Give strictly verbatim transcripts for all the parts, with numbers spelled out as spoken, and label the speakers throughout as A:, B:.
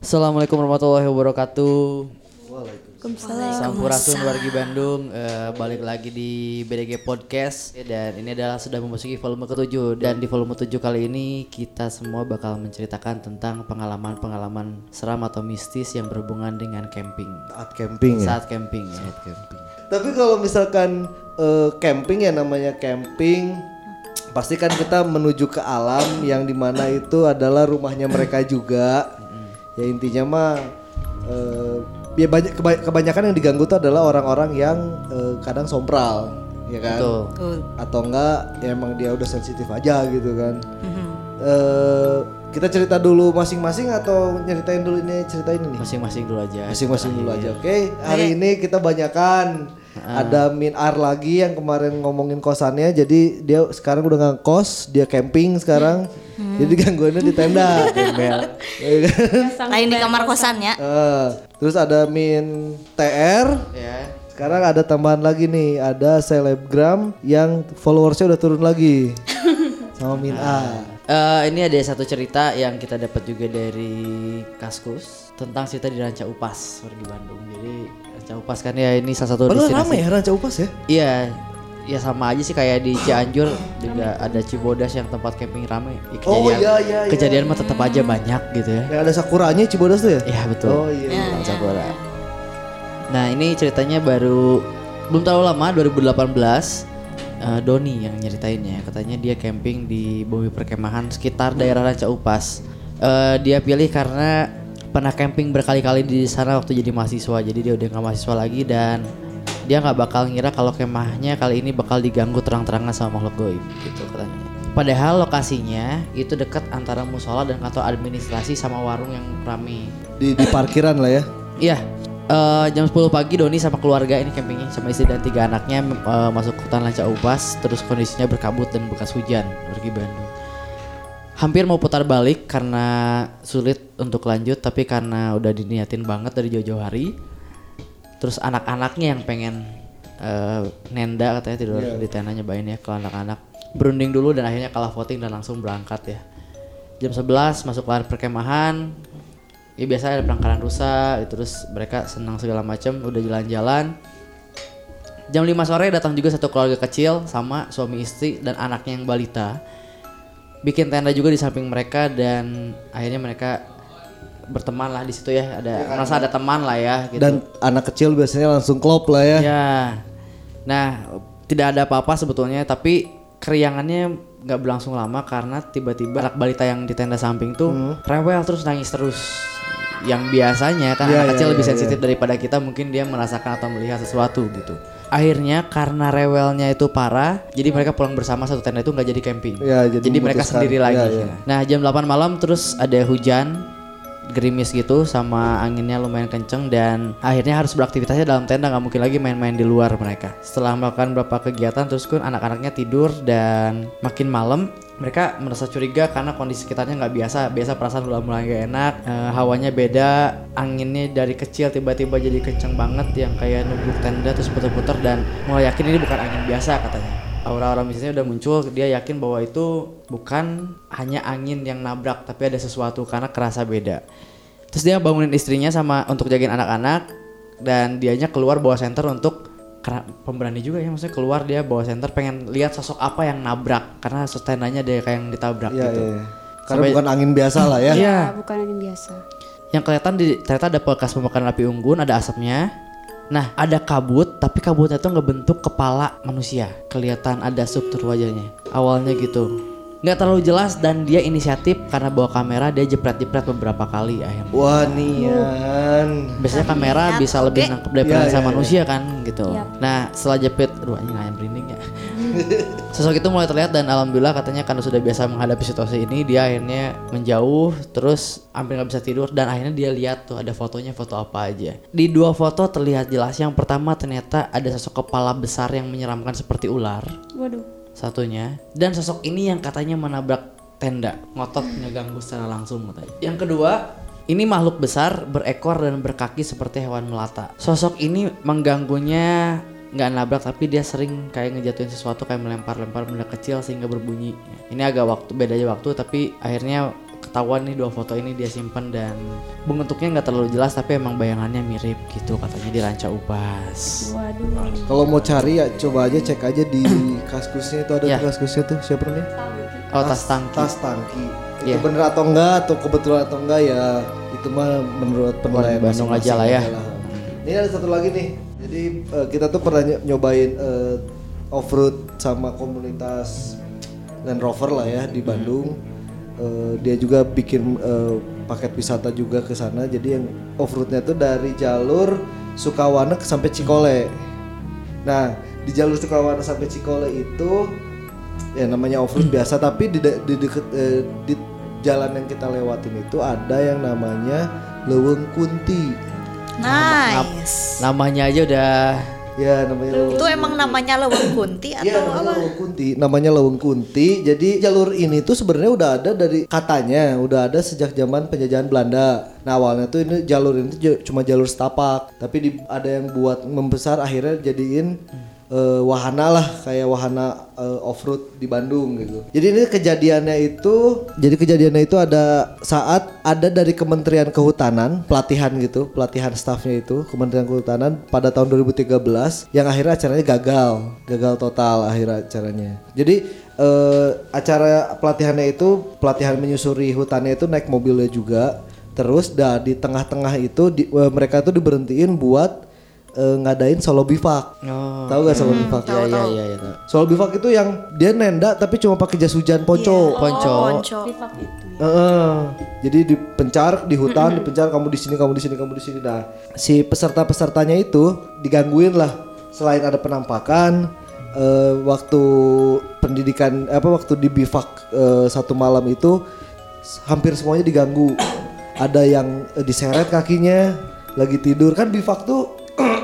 A: Assalamualaikum warahmatullahi wabarakatuh.
B: Waalaikumsalam.
A: Sampurasun wargi Bandung, uh, balik lagi di B D G Podcast. Dan ini adalah sudah memasuki volume ketujuh. Dan di volume tujuh kali ini kita semua bakal menceritakan tentang pengalaman-pengalaman seram atau mistis yang berhubungan dengan camping.
C: Saat camping ya?
A: Saat camping ya.
C: Saat camping. Tapi kalau misalkan uh, camping ya namanya camping, pasti kan kita menuju ke alam yang dimana itu adalah rumahnya mereka juga. Ya intinya mah uh, ya banyak kebanyakan yang diganggu tuh adalah orang-orang yang uh, kadang sompral, ya kan?
A: Betul.
C: Atau enggak ya emang dia udah sensitif aja gitu kan. Mm-hmm. Uh, kita cerita dulu masing-masing atau nyeritain dulu ini ceritain ini?
A: Masing-masing dulu aja.
C: Masing-masing dulu aja. Oke, okay? Hari ini kita banyakan. Uh. Ada Min Ar lagi yang kemarin ngomongin kosannya, jadi dia sekarang udah nggak kos, dia camping sekarang, hmm. jadi gangguannya di tenda.
B: Lain di kamar kosan ya.
C: Uh, terus ada Min T R.
A: Ya.
C: Sekarang ada tambahan lagi nih, ada selebgram yang followersnya udah turun lagi, sama Min A.
A: Uh, ini ada satu cerita yang kita dapat juga dari Kaskus tentang cerita di Ranca Upas, warga Bandung. Jadi Ranca Upas kan ya ini salah satu
C: destinasi.
A: Padahal
C: ramai ya Ranca Upas ya?
A: Iya, ya sama aja sih kayak di Cianjur juga ada Cibodas yang tempat camping ramai. Ya,
C: oh iya iya.
A: Kejadian
C: iya.
A: mah tetap aja banyak gitu ya.
C: Yang ada sakuranya Cibodas tuh ya?
A: Iya betul.
C: Oh iya.
B: Ya,
C: iya.
A: Sakura. Nah ini ceritanya baru belum terlalu lama dua ribu delapan belas. Uh, Doni yang nyeritainnya, katanya dia camping di bumi perkemahan sekitar daerah Ranca Upas. Uh, dia pilih karena pernah camping berkali-kali di sana waktu jadi mahasiswa, jadi dia udah nggak mahasiswa lagi dan dia nggak bakal ngira kalau kemahnya kali ini bakal diganggu terang-terangan sama makhluk goib, gitu katanya. Padahal lokasinya itu dekat antara musola dan kantor administrasi sama warung yang ramai.
C: Di, di parkiran lah ya?
A: Iya. Uh, jam sepuluh pagi Doni sama keluarga ini campingnya sama istri dan tiga anaknya uh, masuk hutan Ranca Upas. Terus kondisinya berkabut dan bekas hujan pergi Bandung. Hampir mau putar balik karena sulit untuk lanjut, tapi karena udah diniatin banget dari jauh-jauh hari. Terus anak-anaknya yang pengen uh, nenda katanya tidur yeah. di tenda nyobain ya kalau anak-anak. Berunding dulu dan akhirnya kalah voting dan langsung berangkat ya. Jam sebelas masuk lahan perkemahan. Ya biasa ada penangkaran rusa, terus mereka senang segala macam, udah jalan-jalan. Jam lima sore datang juga satu keluarga kecil sama suami istri dan anaknya yang balita. Bikin tenda juga di samping mereka dan akhirnya mereka berteman lah di situ ya, ada ya, merasa ada teman lah ya gitu.
C: Dan anak kecil biasanya langsung klop lah ya.
A: Ya. Nah, tidak ada apa-apa sebetulnya, tapi keriangannya nggak berlangsung lama karena tiba-tiba anak balita yang di tenda samping tuh hmm. rewel terus nangis terus. Yang biasanya kan
C: ya,
A: anak
C: ya,
A: kecil
C: ya,
A: lebih
C: ya,
A: sensitif
C: ya.
A: daripada kita, mungkin dia merasakan atau melihat sesuatu gitu. Akhirnya karena rewelnya itu parah, jadi mereka pulang bersama satu tenda itu nggak jadi camping.
C: Ya, jadi
A: jadi mereka sendiri lagi.
C: Ya, ya.
A: Nah jam delapan malam terus ada hujan, gerimis gitu sama anginnya lumayan kenceng dan akhirnya harus beraktivitasnya dalam tenda, nggak mungkin lagi main-main di luar mereka. Setelah melakukan beberapa kegiatan terus kan anak-anaknya tidur dan makin malam mereka merasa curiga karena kondisi sekitarnya nggak biasa. Biasa perasaan udah mulai gak enak, e, hawanya beda, anginnya dari kecil tiba-tiba jadi kenceng banget yang kayak nubruk tenda terus puter-puter dan mulai yakin ini bukan angin biasa katanya. Aura-aura mistisnya udah muncul, dia yakin bahwa itu bukan hanya angin yang nabrak tapi ada sesuatu karena kerasa beda. Terus dia bangunin istrinya sama untuk jagain anak-anak dan dianya keluar bawa senter untuk karena pemberani juga ya, maksudnya keluar dia bawa senter pengen lihat sosok apa yang nabrak karena tendanya dia kayak yang ditabrak
C: ya,
A: gitu.
C: Ya. Karena sampai, bukan angin biasa lah ya.
B: Iya, bukan angin biasa.
A: Yang kelihatan di ternyata ada bekas pembakaran api unggun, ada asapnya. Nah, ada kabut, tapi kabutnya tuh ngebentuk kepala manusia. Kelihatan ada struktur wajahnya. Awalnya gitu. Nggak terlalu jelas dan dia inisiatif karena bawa kamera, dia jepret-jepret beberapa kali akhirnya.
C: Wah nian.
A: Biasanya kamera
B: Niat,
A: bisa
B: okay.
A: lebih nangkep daripada
C: ya,
A: sama
C: ya,
A: manusia
C: ya.
A: kan gitu.
B: Yep.
A: Nah setelah jepret, aduh anjing ayam merinding ya. Sosok itu mulai terlihat dan alhamdulillah katanya karena sudah biasa menghadapi situasi ini, dia akhirnya menjauh terus hampir nggak bisa tidur dan akhirnya dia lihat tuh ada fotonya, foto apa aja. Di dua foto terlihat jelas. Yang pertama ternyata ada sosok kepala besar yang menyeramkan seperti ular.
B: Waduh.
A: Satunya, dan sosok ini yang katanya menabrak tenda, ngotot ngeganggu secara langsung katanya. Yang kedua, ini makhluk besar berekor dan berkaki seperti hewan melata. Sosok ini mengganggunya nggak nabrak tapi dia sering kayak ngejatuhin sesuatu, kayak melempar-lempar benda kecil sehingga berbunyi. Ini agak waktu bedanya waktu tapi akhirnya ketahuan nih dua foto ini dia simpan dan bentuknya nggak terlalu jelas tapi emang bayangannya mirip gitu katanya di Ranca Upas.
B: Waduh.
C: Kalau mau cari ya coba aja cek aja di kaskusnya itu ada
A: Ya.
C: tuh kaskusnya tuh siapa namanya?
A: Oh tas tangki.
C: Tas tangki.
A: Ya.
C: Itu bener atau enggak atau kebetulan atau enggak ya itu mah menurut penilaian
A: Bandung aja lah ya.
C: Ini ada satu lagi nih. Jadi uh, kita tuh pernah ny- nyobain uh, off-road sama komunitas Land Rover lah ya di Bandung. Uh, dia juga bikin uh, paket wisata juga ke sana. Jadi yang off-roadnya tuh dari jalur Sukawana sampai Cikole. Nah di jalur Sukawana sampai Cikole itu ya namanya off-road biasa, tapi di, de- di deket eh, di jalan yang kita lewatin itu ada yang namanya Leuweung Kunti.
B: Nice.
A: Namanya aja udah
C: Ya namanya Leuweung
B: Itu emang namanya Leuweung Kunti atau
C: Iya, namanya
B: apa?
C: Leuweung Kunti. Namanya Leuweung Kunti. Jadi jalur ini tuh sebenarnya udah ada dari katanya udah ada sejak zaman penjajahan Belanda. Nah awalnya tuh ini jalur ini tuh j- cuma jalur setapak, tapi di, ada yang buat membesar akhirnya jadiin uh, wahana lah kayak wahana uh, off-road di Bandung gitu. Jadi ini kejadiannya itu, jadi kejadiannya itu ada saat ada dari Kementerian Kehutanan pelatihan gitu, pelatihan staffnya itu Kementerian Kehutanan pada tahun dua ribu tiga belas yang akhirnya acaranya gagal, gagal total akhirnya acaranya. Jadi uh, acara pelatihannya itu pelatihan menyusuri hutannya itu naik mobilnya juga. Terus dah di tengah-tengah itu di, uh, mereka tuh diberhentiin buat uh, ngadain solo bivak.
A: Oh.
C: Tahu gak solo bivak?
A: Iya iya iya iya. tahu.
C: Solo bivak itu yang dia nenda tapi cuma pakai jas hujan ponco.
A: Ponco.
B: Oh, ponco.
C: Heeh. Jadi dipencar di hutan, dipencar kamu di sini, kamu di sini, kamu di sini. Nah, si peserta-pesertanya itu digangguin lah. Selain ada penampakan, uh, waktu pendidikan apa waktu di bivak uh, satu malam itu hampir semuanya diganggu. Ada yang uh, diseret kakinya lagi tidur kan bivak tuh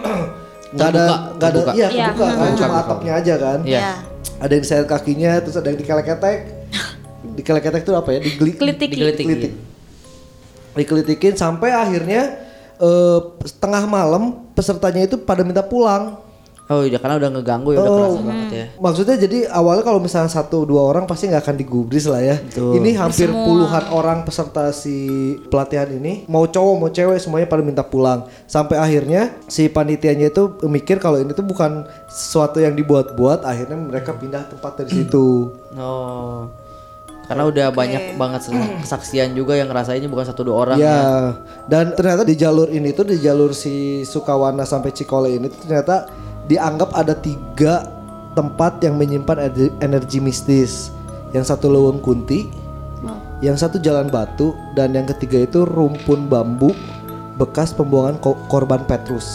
C: nggak ada
A: Terbuka,
C: nggak ada
A: terbuka.
C: iya
B: Iya.
C: terbuka kan cuma
A: Terbuka.
C: atapnya aja kan.
A: Iya.
B: Ya.
C: Ada yang diseret kakinya terus ada yang dikelek-ketek. Dikelek-ketek itu apa ya? Digeli-
B: Kelitiki.
A: Digelitik.
C: Dikelitik. Dikelitikin sampai akhirnya eh, tengah malam pesertanya itu pada minta pulang.
A: Oh iya karena udah ngeganggu ya udah
C: Oh.
A: kerasa banget ya.
C: Maksudnya jadi awalnya kalau misalnya satu dua orang pasti nggak akan digubris lah ya.
A: Betul.
C: Ini hampir puluhan orang peserta si pelatihan ini, mau cowok mau cewek semuanya pada minta pulang. Sampai akhirnya si panitianya itu mikir kalau ini tuh bukan sesuatu yang dibuat-buat, akhirnya mereka pindah tempat dari situ.
A: Oh. Karena udah banyak banget kesaksian juga yang ngerasainnya bukan satu dua orang ya.
C: Ya, dan ternyata di jalur ini tuh di jalur si Sukawana sampai Cikole ini tuh ternyata dianggap ada tiga tempat yang menyimpan energi, energi mistis. Yang satu Leuweung Kunti, yang satu Jalan Batu, dan yang ketiga itu rumpun bambu bekas pembuangan ko- korban Petrus.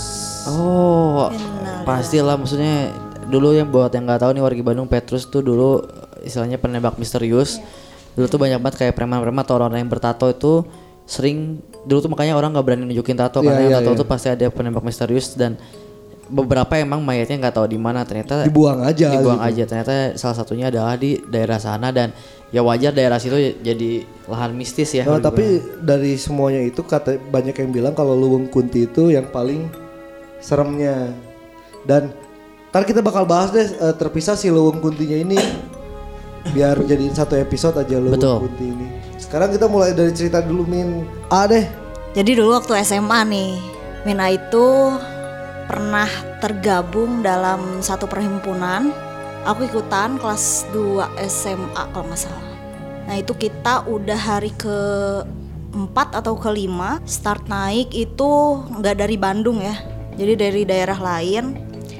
A: Oh, pastilah maksudnya dulu yang buat yang nggak tahu nih warga Bandung, Petrus tuh dulu istilahnya penembak misterius. Dulu tuh banyak banget kayak preman-preman atau orang-orang yang bertato itu sering dulu tuh makanya orang nggak berani nunjukin tato
C: Iya,
A: karena yang
C: iya,
A: tato
C: iya.
A: tuh pasti ada penembak misterius dan beberapa emang mayatnya nggak tahu di mana ternyata
C: Dibuang aja
A: dibuang
C: gitu.
A: aja ternyata salah satunya adalah di daerah sana dan ya wajar daerah situ jadi lahan mistis ya.
C: Nah,
A: kalau
C: tapi dari semuanya itu kata banyak yang bilang kalau Leuweung Kunti itu yang paling seremnya. Dan ntar kita bakal bahas deh eh, terpisah si Leuweung Kuntinya ini. Biar jadiin satu episode aja Leuweung
A: Betul.
C: Kunti ini. Sekarang kita mulai dari cerita dulu Min. A deh.
B: Jadi dulu waktu S M A nih, Mina itu pernah tergabung dalam satu perhimpunan. Aku ikutan kelas dua S M A kalau nggak salah. Nah itu kita udah hari ke empat atau kelima start naik itu nggak dari Bandung ya. Jadi dari daerah lain.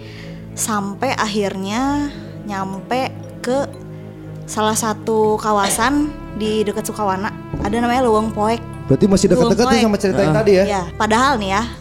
B: Sampai akhirnya nyampe ke salah satu kawasan di dekat Sukawana. Ada namanya Leuweung Poek.
C: Berarti masih dekat-dekat tuh
B: Leuweung
C: sama cerita yang
A: Ah.
C: tadi ya.
B: Ya, padahal nih ya,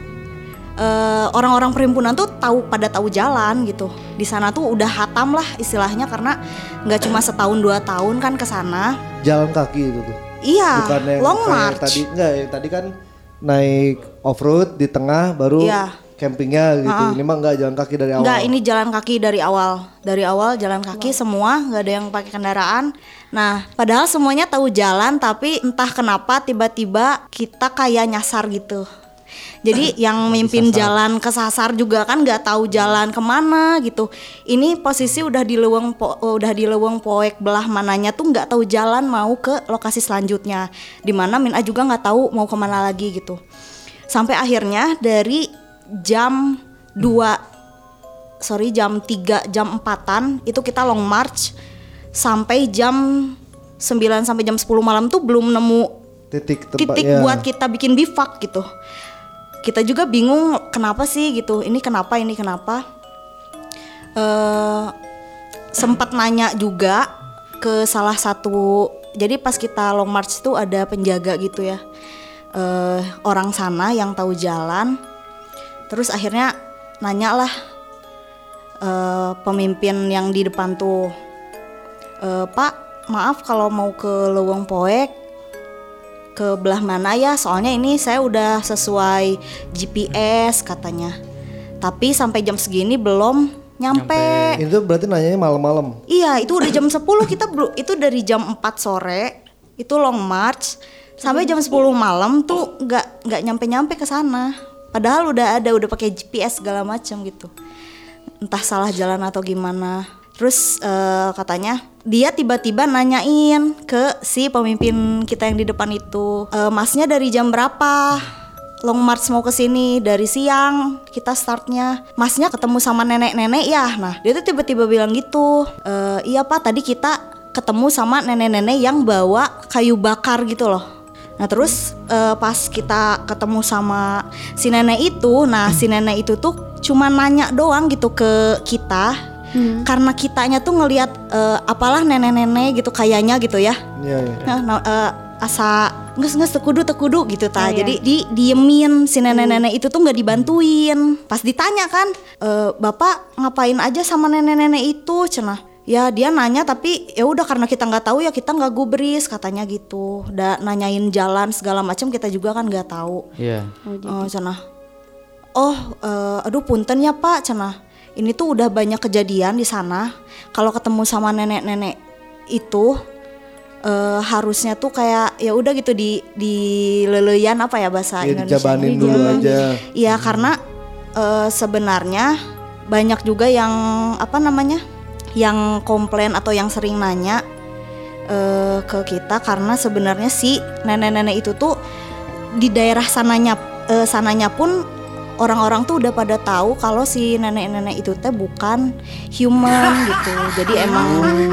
B: eh, orang-orang perhimpunan tuh tahu pada tahu jalan gitu. Di sana tuh udah hatam lah istilahnya karena nggak cuma setahun dua tahun kan ke sana.
C: Jalan kaki itu tuh.
B: Iya,
C: Bukan yang
B: long
C: kayak
B: march.
C: tadi enggak yang tadi kan naik off-road di tengah baru
B: Iya.
C: campingnya gitu. Ini mah enggak jalan kaki dari awal.
B: Enggak, ini jalan kaki dari awal. Dari awal jalan kaki semua, nggak ada yang pakai kendaraan. Nah, padahal semuanya tahu jalan tapi entah kenapa tiba-tiba kita kayak nyasar gitu. Jadi yang mimpin jalan kesasar juga kan nggak tahu jalan kemana gitu. Ini posisi udah di leuweung po, udah di leuweung poek belah mananya tuh nggak tahu jalan mau ke lokasi selanjutnya. Dimana Mina juga nggak tahu mau kemana lagi gitu. Sampai akhirnya dari jam dua sorry jam tiga jam empatan itu kita long march sampai jam sembilan sampai jam sepuluh malam tuh belum nemu
C: titik
B: titik
C: tempatnya.
B: buat kita bikin bivak gitu. Kita juga bingung kenapa sih gitu. Ini kenapa ini kenapa? Uh, sempat nanya juga ke salah satu. Jadi pas kita long march itu ada penjaga gitu ya. Uh, orang sana yang tahu jalan. Terus akhirnya nanya lah uh, pemimpin yang di depan tuh. Uh, Pak, maaf kalau mau ke Leuweung Poek ke belah mana ya, soalnya ini saya udah sesuai G P S katanya, tapi sampai jam segini belum nyampe.
C: Itu berarti nanyanya malam-malam.
B: Iya, itu udah jam sepuluh kita bro, itu dari jam empat sore itu long march sampai jam sepuluh malam tuh nggak nggak nyampe-nyampe ke sana. Padahal udah ada, udah pakai G P S segala macam gitu. Entah salah jalan atau gimana. Terus uh, katanya dia tiba-tiba nanyain ke si pemimpin kita yang di depan itu, e, masnya dari jam berapa long march mau ke sini? Dari siang kita startnya. Masnya ketemu sama nenek-nenek ya? Nah dia tuh tiba-tiba bilang gitu, e, iya Pak, tadi kita ketemu sama nenek-nenek yang bawa kayu bakar gitu loh. Nah terus e, pas kita ketemu sama si nenek itu, nah si nenek itu tuh cuma nanya doang gitu ke kita. Hmm. Karena kitanya tuh ngelihat uh, apalah nenek-nenek gitu kayaknya gitu ya. Iya, iya. Nah, nah, uh, asa nges-nges tekudu tekudu gitu ta. Oh, jadi iya. di diemin si nenek-nenek itu tuh nggak dibantuin. Pas ditanya kan, e, Bapak ngapain aja sama nenek-nenek itu? Cenah. Ya dia nanya tapi ya udah karena kita nggak tahu ya kita nggak gubris katanya gitu. Udah nanyain jalan segala macam kita juga kan nggak tahu. Iya. Yeah. Oh, cenah. Oh, uh, aduh punten ya Pak cenah. Ini tuh udah banyak kejadian di sana. Kalau ketemu sama nenek-nenek itu uh, harusnya tuh kayak ya udah gitu di di leleyan apa ya bahasa ya, Indonesia.
C: Dijabanin dulu aja.
B: Iya karena uh, sebenarnya banyak juga yang apa namanya yang komplain atau yang sering nanya uh, ke kita karena sebenarnya si nenek-nenek itu tuh di daerah sananya uh, sananya pun orang-orang tuh udah pada tahu kalau si nenek-nenek itu teh bukan human gitu. Jadi emang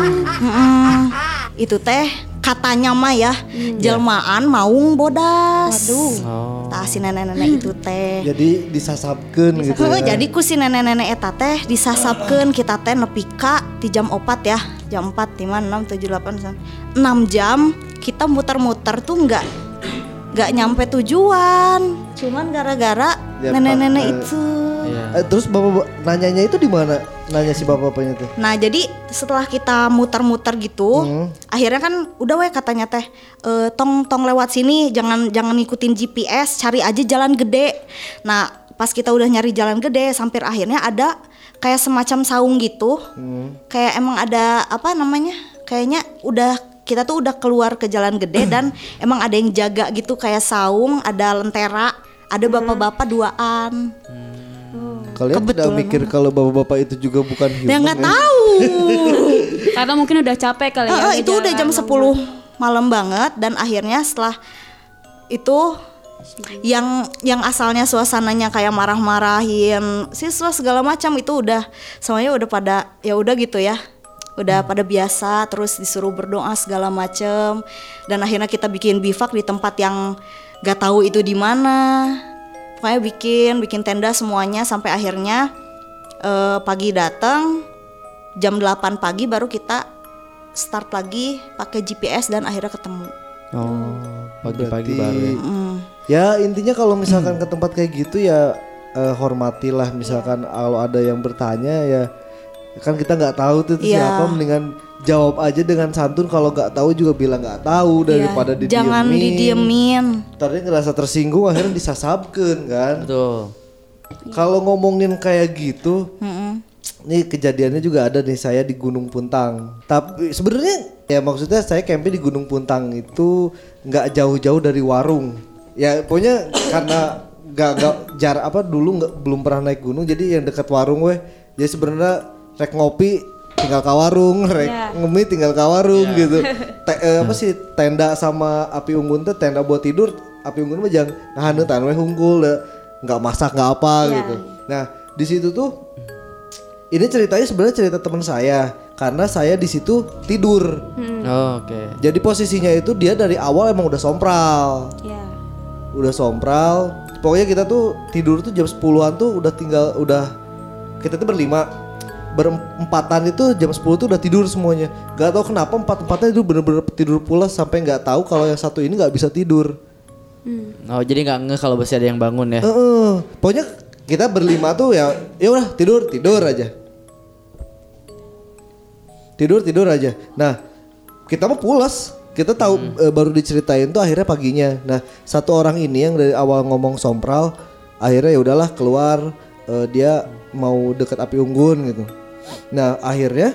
B: mm, itu teh katanya mah ya hmm. jelmaan maung bodas. Waduh. Oh. Tah si nenek-nenek itu teh.
C: Jadi disasapkeun gitu.
B: Ya. Jadi ku si nenek-nenek eta teh disasapkeun kita teh nepi ka di jam opat ya. Jam empat, lima, enam, tujuh, delapan, enam jam kita muter-muter tuh enggak enggak nyampe tujuan. Cuman gara-gara ya, nenek-nenek uh, itu.
C: Iya. Eh, terus bapak nanyanya itu di mana? Nanya si bapak-bapaknya tuh.
B: Nah jadi setelah kita muter-muter gitu, hmm. akhirnya kan udah weh katanya teh, e, tong tong lewat sini, jangan jangan ngikutin G P S, cari aja jalan gede. Nah pas kita udah nyari jalan gede, sampai akhirnya ada kayak semacam saung gitu, hmm. kayak emang ada apa namanya? Kayaknya udah kita tuh udah keluar ke jalan gede dan emang ada yang jaga gitu kayak saung, ada lentera. Ada bapak-bapak duaan.
C: Hmm. Kalian Kebetulan tidak mikir kalau bapak-bapak itu juga bukan human?
B: Ya nggak ya? Tahu.
D: Karena mungkin udah capek kali ya.
B: Uh, itu udah jam sepuluh malam banget dan akhirnya setelah itu yang yang asalnya suasananya kayak marah-marahin siswa segala macam itu udah semuanya udah pada ya udah gitu ya. Udah pada biasa terus disuruh berdoa segala macam dan akhirnya kita bikin bivak di tempat yang gak tahu itu di mana. Pokoknya bikin bikin tenda semuanya sampai akhirnya uh, pagi datang jam delapan pagi baru kita start lagi pakai G P S dan akhirnya ketemu.
A: Oh, pagi-pagi baru ya.
B: Mm.
C: Ya intinya kalau misalkan ke tempat kayak gitu ya uh, hormatilah misalkan yeah. Kalau ada yang bertanya ya kan kita nggak tahu tuh yeah. Siapa, mendingan jawab aja dengan santun. Kalau nggak tahu juga bilang nggak tahu daripada yeah. didiemin.
B: Jangan didiemin.
C: Tadi ngerasa tersinggung akhirnya disasapkeun kan.
A: Betul.
C: Kalau ngomongin kayak gitu,
B: mm-hmm.
C: nih kejadiannya juga ada nih saya di Gunung Puntang. Tapi sebenarnya ya maksudnya saya camping di Gunung Puntang itu nggak jauh-jauh dari warung. Ya pokoknya karena Gak gak jar apa dulu nggak belum pernah naik gunung jadi yang dekat warung weh. Jadi sebenarnya rek ngopi tinggal ke warung, rek
D: Yeah.
C: ngemi tinggal ke warung gitu. Te, eh, apa sih tenda sama api unggun tuh tenda buat tidur, api unggun mah jangan nahan tan we hunggul nggak masak nggak apa
D: Yeah.
C: gitu. Nah di situ tuh ini ceritanya sebenarnya cerita teman saya karena saya di situ tidur.
A: Oh, oke.
C: Jadi posisinya itu dia dari awal emang udah sompral.
D: Ya.
C: Udah sompral. Pokoknya kita tuh tidur tuh jam sepuluhan tuh udah tinggal udah kita tuh berlima. Berempatan itu jam sepuluh tuh udah tidur semuanya. Gak tahu kenapa empat-empatnya itu bener-bener tidur pulas sampai nggak tahu kalau yang satu ini nggak bisa tidur.
A: Oh, jadi nggak ngeh kalau masih ada yang bangun ya.
C: Heeh. Pokoknya kita berlima tuh ya ya udah tidur tidur aja. Tidur tidur aja. Nah, kita mah pulas. Kita tahu
A: Hmm.
C: e, baru diceritain tuh akhirnya paginya. Nah, satu orang ini yang dari awal ngomong sompral, akhirnya ya udahlah keluar e, dia mau deket api unggun gitu. Nah, akhirnya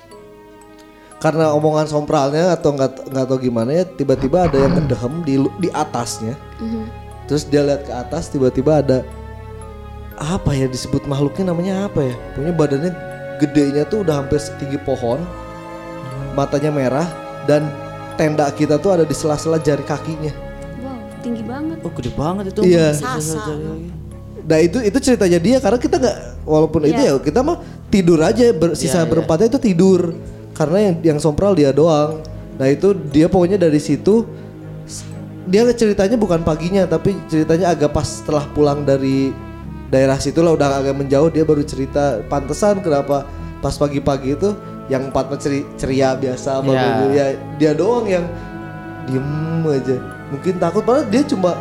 C: karena omongan sompralnya atau nggak nggak tahu gimana ya tiba-tiba ada yang ngedehem di di atasnya. Terus dia lihat ke atas tiba-tiba ada apa ya disebut makhluknya namanya apa ya? Pokoknya badannya gedenya tuh udah hampir setinggi pohon, matanya merah dan tenda kita tuh ada di sela-sela jari kakinya.
D: Wow, tinggi banget.
A: Oh, gede banget itu.
C: Iya.
B: Sasa.
C: Nah itu itu ceritanya dia karena kita nggak walaupun itu ya
D: Iya.
C: kita mah tidur aja ber, sisa
A: Iya, iya.
C: berempatnya itu tidur karena yang yang sompral dia doang. Nah itu dia pokoknya dari situ s- dia ceritanya bukan paginya tapi ceritanya agak pas setelah pulang dari daerah situ lah udah agak menjauh dia baru cerita pantesan kenapa pas pagi-pagi itu yang empat ceri, ceria biasa
A: Iya.
C: bangun ya dia doang yang diem aja mungkin takut padahal dia cuma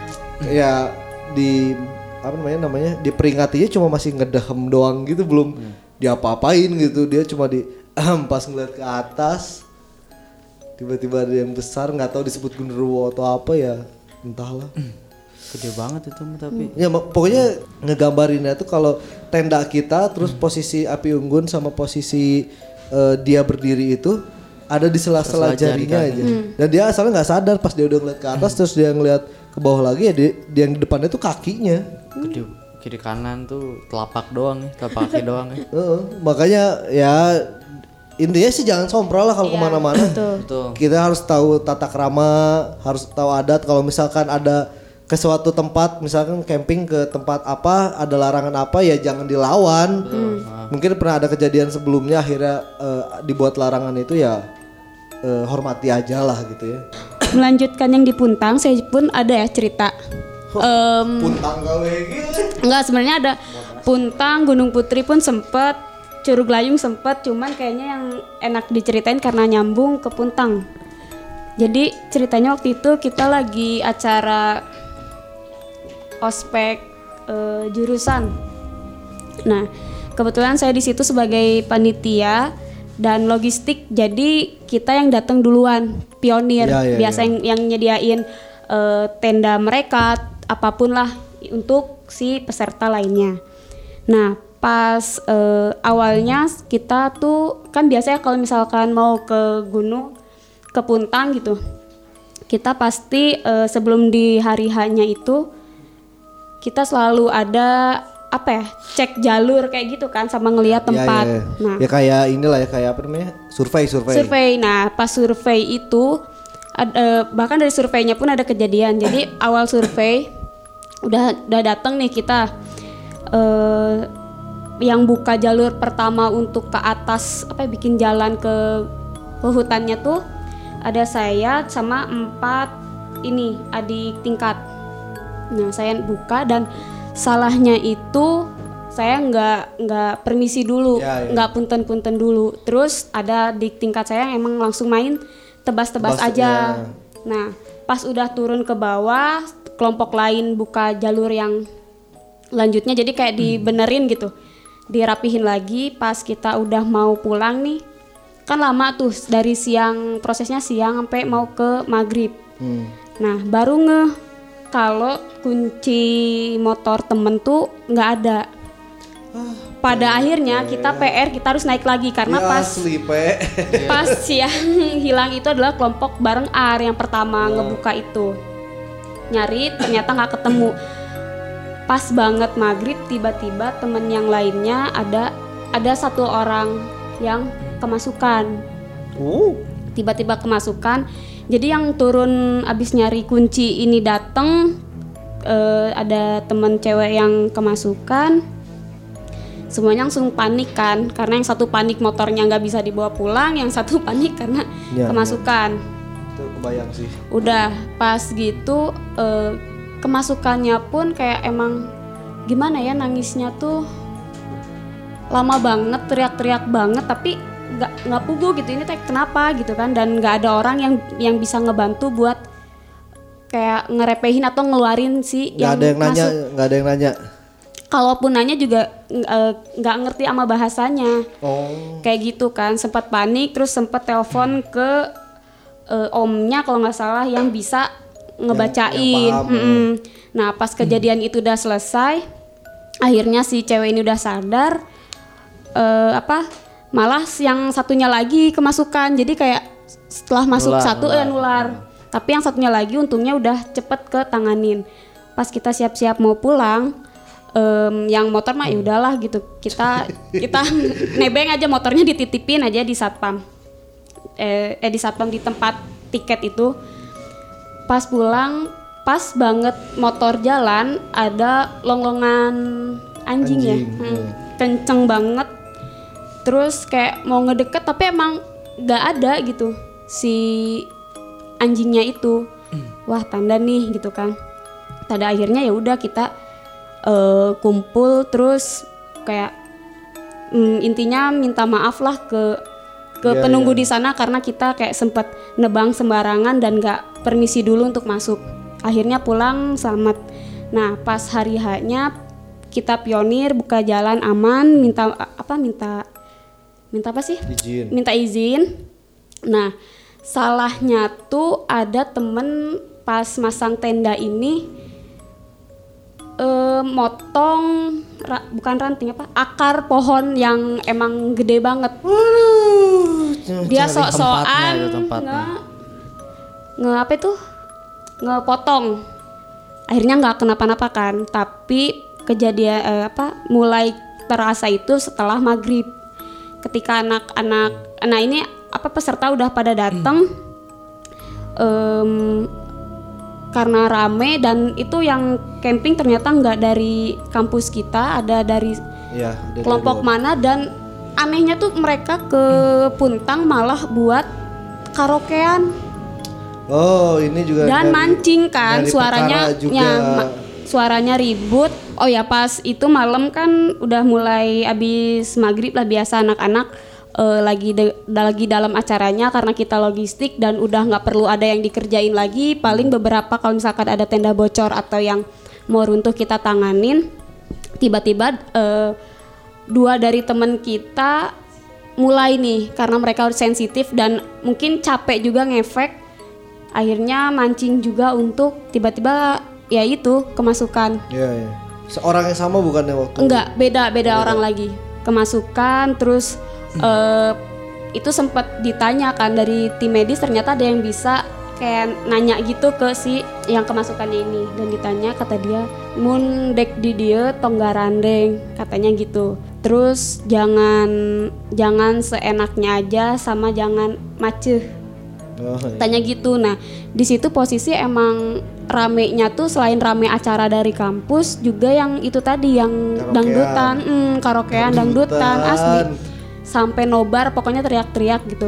C: ya di apa namanya namanya diperingatinya cuma masih ngedehem doang gitu belum diapa-apain gitu dia cuma di pas ngeliat ke atas tiba-tiba ada yang besar nggak tahu disebut genderuwo atau apa ya entahlah.
A: Gede banget itu mah tapi.
C: Ya mak- pokoknya ngegambarinnya tuh kalau tenda kita terus posisi api unggun sama posisi eh, dia berdiri itu ada di sela-sela
A: Sela-sela jari
C: jarinya
A: kaki.
C: aja. Dan dia asalnya nggak sadar pas dia udah ngeliat ke atas terus dia ngeliat ke bawah lagi ya dia, dia yang di depannya tuh kakinya.
A: Gede kiri kanan tuh telapak doang ya, telapak kaki doang ya.
C: Heeh, makanya ya intinya sih jangan sompral lah kalau
D: Iya,
C: kemana-mana.
D: betul.
A: Betul.
C: Kita harus tahu tata krama, harus tahu adat. Kalau misalkan ada ke suatu tempat, misalkan camping ke tempat apa, ada larangan apa ya jangan dilawan. Mungkin pernah ada kejadian sebelumnya akhirnya eh, dibuat larangan itu ya eh, hormati aja lah gitu ya.
D: Melanjutkan yang di Puntang, saya pun ada ya cerita. Em,
C: Puntang gawe gitu.
D: enggak sebenarnya ada Puntang, Gunung Putri pun sempet, Curug Layung sempet, cuman kayaknya yang enak diceritain karena nyambung ke Puntang. Jadi ceritanya waktu itu kita lagi acara ospek eh, jurusan. Nah, kebetulan saya di situ sebagai panitia dan logistik, jadi kita yang datang duluan, pionir,
C: Ya, ya,
D: biasa
C: ya.
D: yang yang nyediain eh, tenda mereka, apapun lah untuk si peserta lainnya. Nah, pas eh, awalnya kita tuh kan biasanya kalau misalkan mau ke gunung, ke Puntang gitu, kita pasti eh, sebelum di hari H-nya itu kita selalu ada apa ya, cek jalur kayak gitu kan sama ngelihat tempat.
C: Ya, ya, ya.
D: Nah,
C: Ya kayak inilah ya kayak apa namanya? Survei, survei.
D: survei. Nah, pas survei itu ad- eh, bahkan dari surveinya pun ada kejadian. Jadi awal survei udah udah datang nih kita eh, yang buka jalur pertama untuk ke atas apa ya, bikin jalan ke ke hutannya tuh ada saya sama empat ini adik tingkat. Nah, saya buka dan salahnya itu saya nggak nggak permisi dulu,
C: Ya, ya.
D: nggak punten-punten dulu. Terus ada di tingkat saya yang emang langsung main tebas-tebas
C: Tebas,
D: aja.
C: ya.
D: Nah, pas udah turun ke bawah, kelompok lain buka jalur yang lanjutnya, jadi kayak dibenerin gitu, dirapihin lagi. Pas kita udah mau pulang nih, kan lama tuh dari siang, prosesnya siang sampai mau ke maghrib.
C: Hmm.
D: Nah, baru ngeh kalau kunci motor temen tuh nggak ada. Pada akhirnya kita P R, kita harus naik lagi karena
C: Ya,
D: pas
C: asli, Pe.
D: pas yang hilang itu adalah kelompok bareng A R yang pertama ngebuka itu. Nyari ternyata nggak ketemu. pas banget maghrib tiba-tiba temen yang lainnya ada ada satu orang yang kemasukan.
C: Uh.
D: Tiba-tiba kemasukan. Jadi yang turun abis nyari kunci ini dateng, uh, ada temen cewek yang kemasukan. Semuanya langsung panik kan, karena yang satu panik motornya nggak bisa dibawa pulang, yang satu panik karena ya, kemasukan.
C: Ya. Itu kebayang sih.
D: Udah pas gitu eh, kemasukannya pun kayak emang gimana ya, nangisnya tuh lama banget, teriak-teriak banget, tapi nggak nggak pugu gitu, ini teh kenapa gitu kan, dan nggak ada orang yang yang bisa ngebantu buat kayak ngerepehin atau ngeluarin si
C: nggak
D: yang
C: ada yang
D: masuk.
C: nanya, nggak ada yang nanya.
D: Kalaupun nanya juga nggak uh, ngerti sama bahasanya,
C: oh.
D: kayak gitu kan, sempat panik, terus sempat telepon ke uh, omnya kalau nggak salah yang bisa ngebacain. Yang, yang paham, mm-hmm. Nah pas kejadian hmm. itu udah selesai, akhirnya si cewek ini udah sadar, uh, apa malah yang satunya lagi kemasukan, jadi kayak setelah masuk nular, satu nular. ya nular, tapi yang satunya lagi untungnya udah cepet ketanganin. Pas kita siap-siap mau pulang. Um, yang motor mah ya udahlah gitu, kita kita nebeng aja motornya, dititipin aja di satpam eh, eh di satpam di tempat tiket itu. Pas pulang pas banget motor jalan ada longlongan anjing, anjing ya hmm, hmm. kenceng banget, terus kayak mau ngedeket tapi emang nggak ada gitu si anjingnya itu. Wah tanda nih gitu kan, tanda akhirnya ya udah kita Uh, kumpul terus kayak um, intinya minta maaf lah ke ke yeah, penunggu yeah. di sana karena kita kayak sempet nebang sembarangan dan nggak permisi dulu untuk masuk. Akhirnya pulang selamat. Nah pas hari H-nya kita pionir buka jalan aman, minta apa minta minta apa sih?
C: Izin.
D: Minta izin. Nah salahnya tuh ada temen pas masang tenda ini Uh, motong ra, bukan ranting apa akar pohon yang emang gede banget.
C: Waduh,
D: dia sok-sokan nge nge apa itu ngepotong, akhirnya nggak kenapa-napa kan, tapi kejadian uh, apa mulai terasa itu setelah maghrib ketika anak-anak nah ini apa peserta udah pada datang. hmm. um, Karena rame dan itu yang camping ternyata nggak dari kampus kita, ada dari ya, kelompok dari mana, dan anehnya tuh mereka ke Puntang malah buat karaokean.
C: Oh ini juga
D: dan
C: dari,
D: mancing kan suaranya ya, ma- suaranya ribut. Oh ya pas itu malam kan udah mulai abis maghrib lah, biasa anak-anak Uh, lagi de- lagi dalam acaranya karena kita logistik dan udah nggak perlu ada yang dikerjain lagi, paling beberapa kalau misalkan ada tenda bocor atau yang mau runtuh kita tanganin. Tiba-tiba uh, dua dari teman kita mulai nih karena mereka sensitif dan mungkin capek juga ngefek, akhirnya mancing juga untuk tiba-tiba ya itu kemasukan.
C: Iya, iya. Seorang yang sama bukannya waktu?
D: Enggak, beda beda orang lagi kemasukan. Terus Uh, itu sempat ditanyakan dari tim medis, ternyata ada yang bisa kayak nanya gitu ke si yang kemasukannya ini, dan ditanya kata dia mun dek di dia tonggarandeng katanya gitu. Terus jangan jangan seenaknya aja sama jangan maceh. Oh, iya. Tanya gitu. Nah di situ posisi emang ramenya tuh selain rame acara dari kampus juga yang itu tadi yang karaokean. dangdutan, hmm, karaokean dangdutan asli. Sampai nobar pokoknya teriak-teriak gitu.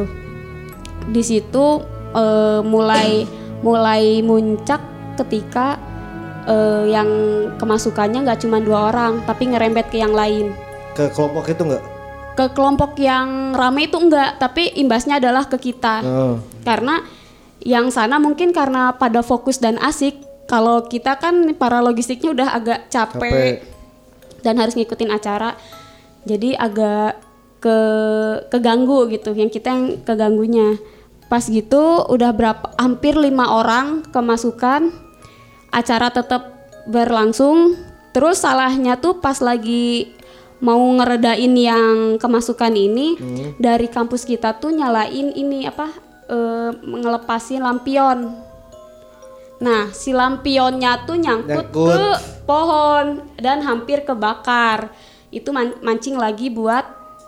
D: Di situ uh, mulai mulai muncak ketika uh, yang kemasukannya nggak cuma dua orang tapi ngerembet ke yang lain.
C: Ke kelompok itu nggak?
D: Ke kelompok yang rame itu enggak, tapi imbasnya adalah ke kita. Oh. Karena yang sana mungkin karena pada fokus dan asik. Kalau kita kan para logistiknya udah agak capek, capek. dan harus ngikutin acara. Jadi agak ke keganggu gitu, yang kita yang keganggunya. Pas gitu udah berapa hampir lima orang kemasukan, acara tetap berlangsung. Terus salahnya tuh pas lagi mau ngeredain yang kemasukan ini, hmm. dari kampus kita tuh nyalain ini apa e, ngelepasin lampion. Nah, si lampionnya tuh nyangkut,
C: Nyangkut.
D: ke pohon dan hampir kebakar. Itu man- mancing lagi buat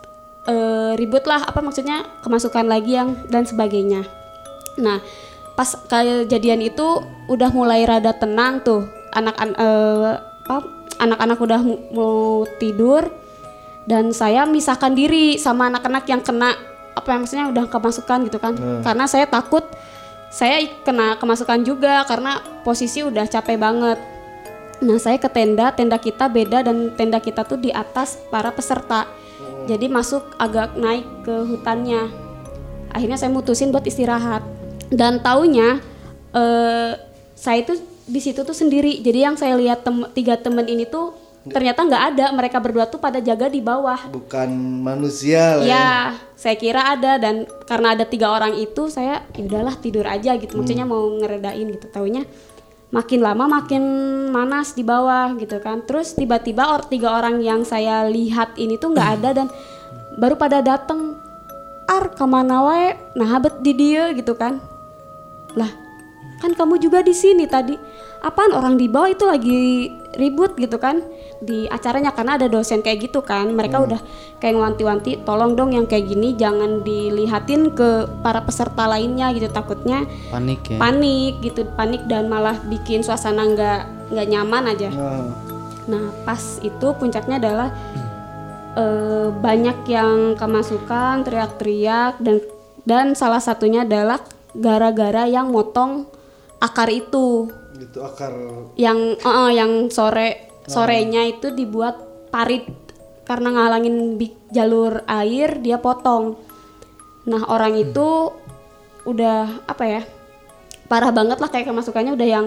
D: eh, ribut lah, apa maksudnya kemasukan lagi yang dan sebagainya. Nah, pas kejadian itu udah mulai rada tenang tuh, anak eh, apa, anak-anak udah mu- mau tidur dan saya misahkan diri sama anak-anak yang kena apa yang maksudnya udah kemasukan gitu kan,
C: Hmm.
D: karena saya takut saya kena kemasukan juga karena posisi udah capek banget. Nah, saya ke tenda, tenda kita beda dan tenda kita tuh di atas para peserta. Jadi masuk agak naik ke hutannya. Akhirnya saya mutusin buat istirahat. Dan taunya eh, saya itu di situ tuh sendiri. Jadi yang saya lihat tem- tiga temen ini tuh ternyata nggak ada. Mereka berdua tuh pada jaga di bawah.
C: Bukan manusia lah ya.
D: Ya, saya kira ada dan karena ada tiga orang itu saya ya udahlah tidur aja gitu. Maksudnya mau ngeredain gitu. Taunya makin lama makin manas di bawah gitu kan. Terus tiba-tiba or, tiga orang yang saya lihat ini tuh nggak ada dan baru pada datang. Ar kemana wae? Nah habet di dia gitu kan. Lah kan kamu juga di sini tadi. Apaan orang di bawah itu lagi ribut gitu kan di acaranya karena ada dosen kayak gitu kan. Mereka udah kayak ngewanti-wanti tolong dong yang kayak gini jangan dilihatin ke para peserta lainnya gitu, takutnya
A: Panik ya.
D: panik gitu, panik dan malah bikin suasana nggak nggak nyaman aja.
C: Nah,
D: Nah pas itu puncaknya adalah eh, banyak yang kemasukan teriak-teriak dan dan salah satunya adalah gara-gara yang motong akar itu
C: gitu akar.
D: yang eh, eh, yang sore sorenya itu dibuat parit karena ngalangin bi- jalur air dia potong. Nah orang itu udah apa ya parah banget lah kayak kemasukannya udah yang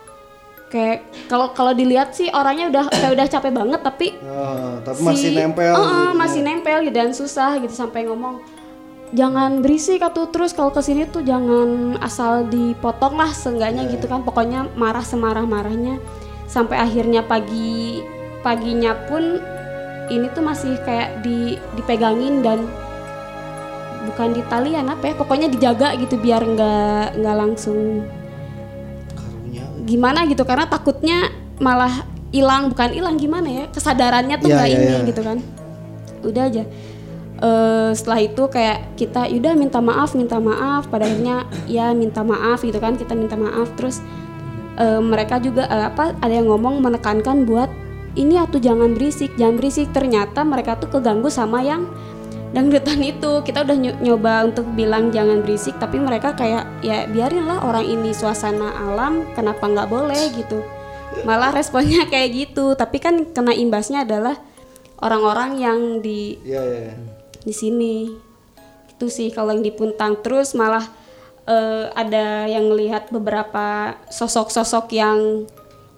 D: kayak kalau kalau dilihat sih orangnya udah kayak udah capek banget tapi
C: Oh, tapi
D: si-
C: masih nempel.
D: eh, eh,
C: gitu.
D: masih nempel gitu dan susah gitu sampai ngomong jangan berisik atau terus kalau kesini tuh jangan asal dipotong lah seenggaknya gitu kan, pokoknya marah semarah-marahnya sampai akhirnya pagi paginya pun ini tuh masih kayak di dipegangin dan bukan di talian apa ya pokoknya dijaga gitu biar nggak nggak langsung
C: Karunya.
D: gimana gitu karena takutnya malah hilang bukan hilang gimana ya kesadarannya tuh
C: Iya,
D: nggak
C: iya,
D: ini
C: iya.
D: gitu kan udah aja. Eh, setelah itu kayak kita udah minta maaf minta maaf pada akhirnya ya minta maaf gitu kan kita minta maaf terus eh, mereka juga eh, apa ada yang ngomong menekankan buat ini atuh jangan berisik jangan berisik ternyata mereka tuh keganggu sama yang dangdutan itu kita udah ny- nyoba untuk bilang jangan berisik tapi mereka kayak ya biarin lah orang ini suasana alam kenapa nggak boleh gitu malah responnya kayak gitu tapi kan kena imbasnya adalah orang-orang yang di
C: Iya, iya. iya.
D: di sini itu sih kalau yang di Puntang terus malah eh, ada yang lihat beberapa sosok-sosok yang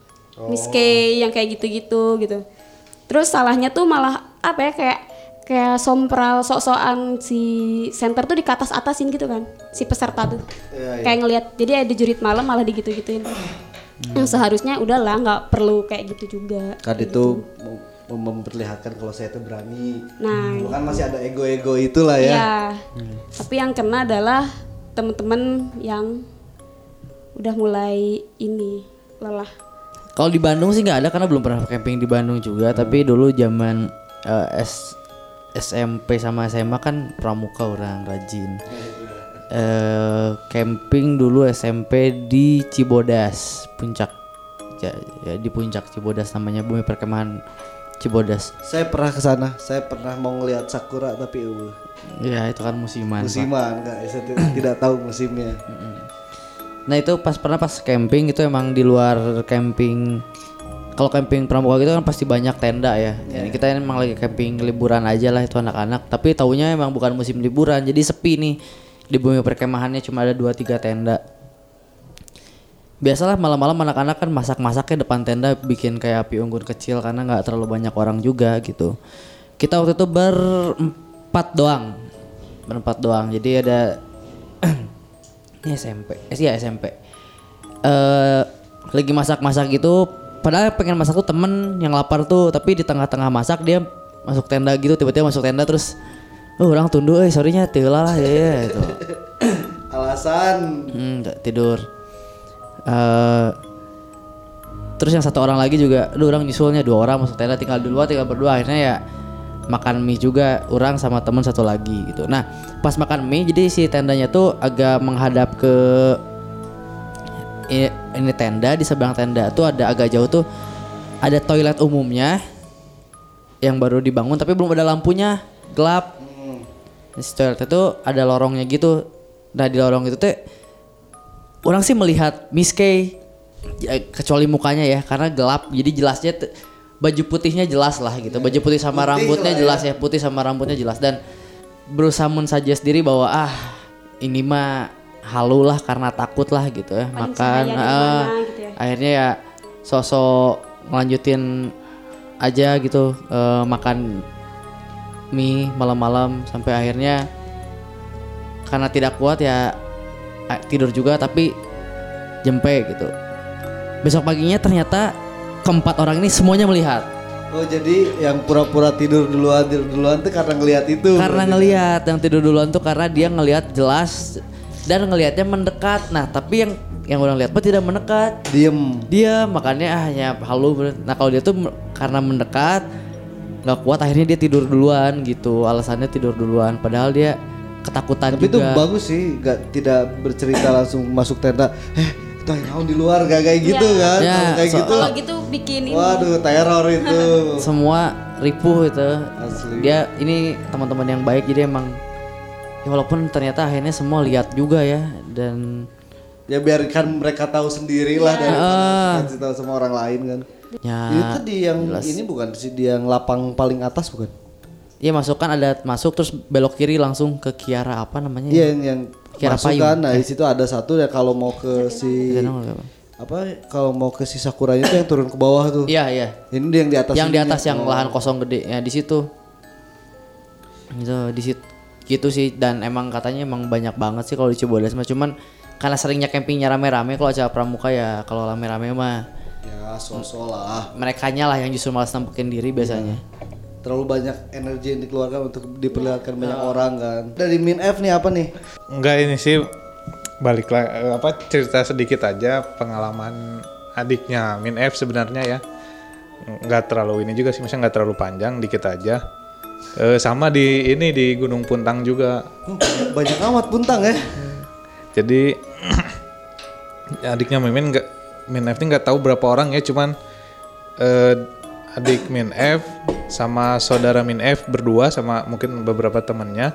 D: miske yang kayak gitu-gitu gitu terus salahnya tuh malah apa ya kayak kayak sompral sok-sokan si center tuh di atas atasin gitu kan si peserta tuh
C: Iya, iya.
D: kayak ngelihat jadi ada jurit malam malah digitu-gituin yang seharusnya udahlah nggak perlu kayak gitu juga
C: Kan itu mem- memperlihatkan kalau saya itu berani.
D: nah
C: Kan masih ada ego-ego itulah ya.
D: iya tapi yang kena adalah temen-temen yang udah mulai ini lelah.
A: Kalau di Bandung sih nggak ada karena belum pernah camping di Bandung juga. Tapi dulu zaman eh, S S M P sama S M A kan pramuka orang rajin. Eh, camping dulu S M P di Cibodas, puncak. Ya, ya, di puncak Cibodas namanya Bumi Perkemahan Cibodas.
C: Saya pernah ke sana. Saya pernah mau ngelihat sakura tapi uh,
A: Ya itu kan musiman. Pak.
C: musiman enggak saya ti- tidak tahu musimnya.
A: Nah itu pas pernah pas camping itu emang di luar camping. Kalau camping pramuka gitu kan pasti banyak tenda ya. Jadi kita emang lagi camping liburan aja lah itu anak-anak. Tapi taunya emang bukan musim liburan jadi sepi nih. Di Bumi Perkemahannya cuma ada dua tiga tenda. Biasalah malam-malam anak-anak kan masak-masaknya depan tenda bikin kayak api unggun kecil karena nggak terlalu banyak orang juga gitu. Kita waktu itu berempat doang, berempat doang. Jadi ada ini S M P, eh iya S M P. Eh lagi masak-masak gitu. Padahal pengen masak tuh temen yang lapar tuh, tapi di tengah-tengah masak dia masuk tenda gitu, tiba-tiba masuk tenda terus, oh orang tunduk, eh sorrynya tilah lah ya, ya gitu.
C: Alasan
A: Hmm, nggak tidur. Uh, terus yang satu orang lagi juga, aduh orang nyusulnya dua orang masuk tenda tinggal dua tinggal berdua akhirnya ya makan mie juga orang sama temen satu lagi gitu. Nah pas makan mie jadi si tendanya tuh agak menghadap ke ini, ini tenda, di seberang tenda tuh ada agak jauh tuh ada toilet umumnya yang baru dibangun tapi belum ada lampunya, gelap. Hmm. Si toilet itu ada lorongnya gitu. Nah di lorong itu tuh orang sih melihat Miss K kecuali mukanya ya karena gelap jadi jelasnya t- baju putihnya jelas lah gitu, baju putih sama putih rambutnya jelas ya. ya putih sama rambutnya jelas dan berusaha mensuggest diri bahwa ah ini mah halu lah karena takut lah gitu ya. Paling makan uh, gitu ya. Akhirnya ya sosok melanjutin aja gitu uh, makan mie malam-malam sampai akhirnya karena tidak kuat ya tidur juga tapi jempe gitu. Besok paginya ternyata keempat orang ini semuanya melihat.
C: Oh jadi yang pura-pura tidur duluan tidur duluan tuh karena ngelihat itu.
A: Karena ngelihat yang tidur duluan tuh karena dia ngelihat jelas dan ngelihatnya mendekat. Nah tapi yang yang orang lihat mah tidak mendekat.
C: Diem.
A: Dia makanya ah hanya halu. Nah kalau dia tuh karena mendekat nggak kuat akhirnya dia tidur duluan gitu. Alasannya tidur duluan. Padahal dia ketakutan
C: tapi
A: juga.
C: Tapi itu bagus sih, gak tidak bercerita langsung masuk tenda. Eh tahu di luar gak kayak gitu ya. kan?
A: Ya,
C: kayak
A: so,
C: gitu.
D: Kalau gitu bikin ini.
C: Waduh teror itu.
A: Semua ripuh itu.
C: Asli.
A: Dia ini teman-teman yang baik jadi emang. Ya walaupun ternyata akhirnya semua lihat juga ya dan.
C: Ya biarkan mereka tahu sendiri lah ya. daripada kasih tahu sama orang lain kan.
A: Ya.
C: Itu di yang
A: jelas.
C: Ini bukan sih di yang lapang paling atas bukan?
A: Iya masuk kan ada masuk terus belok kiri langsung ke Kiara apa namanya?
C: Iya yang, yang
A: Kiara
C: masuk
A: Payung.
C: kan. Nah di situ ada satu ya kalau mau ke si apa kalau mau ke si Sakuranya itu yang turun ke bawah tuh.
A: Iya iya.
C: Ini yang di atas.
A: Yang di atas
C: ya.
A: yang
C: oh.
A: lahan kosong gede ya di situ. Gitu di situ gitu sih dan emang katanya emang banyak banget sih kalau di Cibodas mah cuman karena seringnya campingnya rame-rame kalau acara pramuka ya kalau rame-rame mah
C: ya so-so lah.
A: Merekanya lah yang justru malas nampukin diri biasanya. Ya.
C: Terlalu banyak energi yang dikeluarkan untuk diperlihatkan banyak uh. orang kan. Dari Min F nih apa nih?
E: Enggak ini sih baliklah apa cerita sedikit aja pengalaman adiknya Min F sebenarnya ya. Enggak terlalu ini juga sih, maksudnya enggak terlalu panjang, dikit aja. E, sama di ini di Gunung Puntang juga.
C: Oh, banyak amat Puntang ya.
E: Jadi adiknya Mimin enggak Min F ini enggak tahu berapa orang ya, cuman eh, adik Min F sama saudara Min F berdua sama mungkin beberapa temannya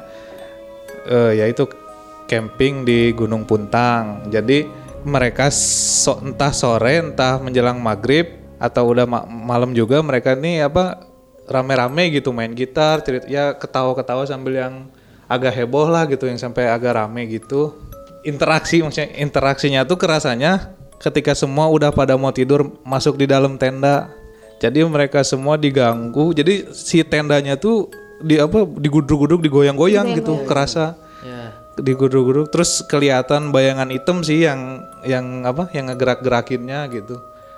E: uh, yaitu camping di Gunung Puntang. Jadi mereka so, entah sore entah menjelang maghrib atau udah ma- malam juga mereka nih apa rame-rame gitu main gitar, cerita ya ketawa-ketawa sambil yang agak heboh lah gitu yang sampai agak rame gitu. Interaksi maksudnya interaksinya tuh kerasanya ketika semua udah pada mau tidur masuk di dalam tenda. Jadi mereka semua diganggu. Jadi si tendanya tuh di apa digudruk-gudruk, digoyang-goyang gitu, kerasa. Yeah. Digudruk-gudruk terus kelihatan bayangan hitam sih yang yang apa yang ngegerak-gerakinnya gitu.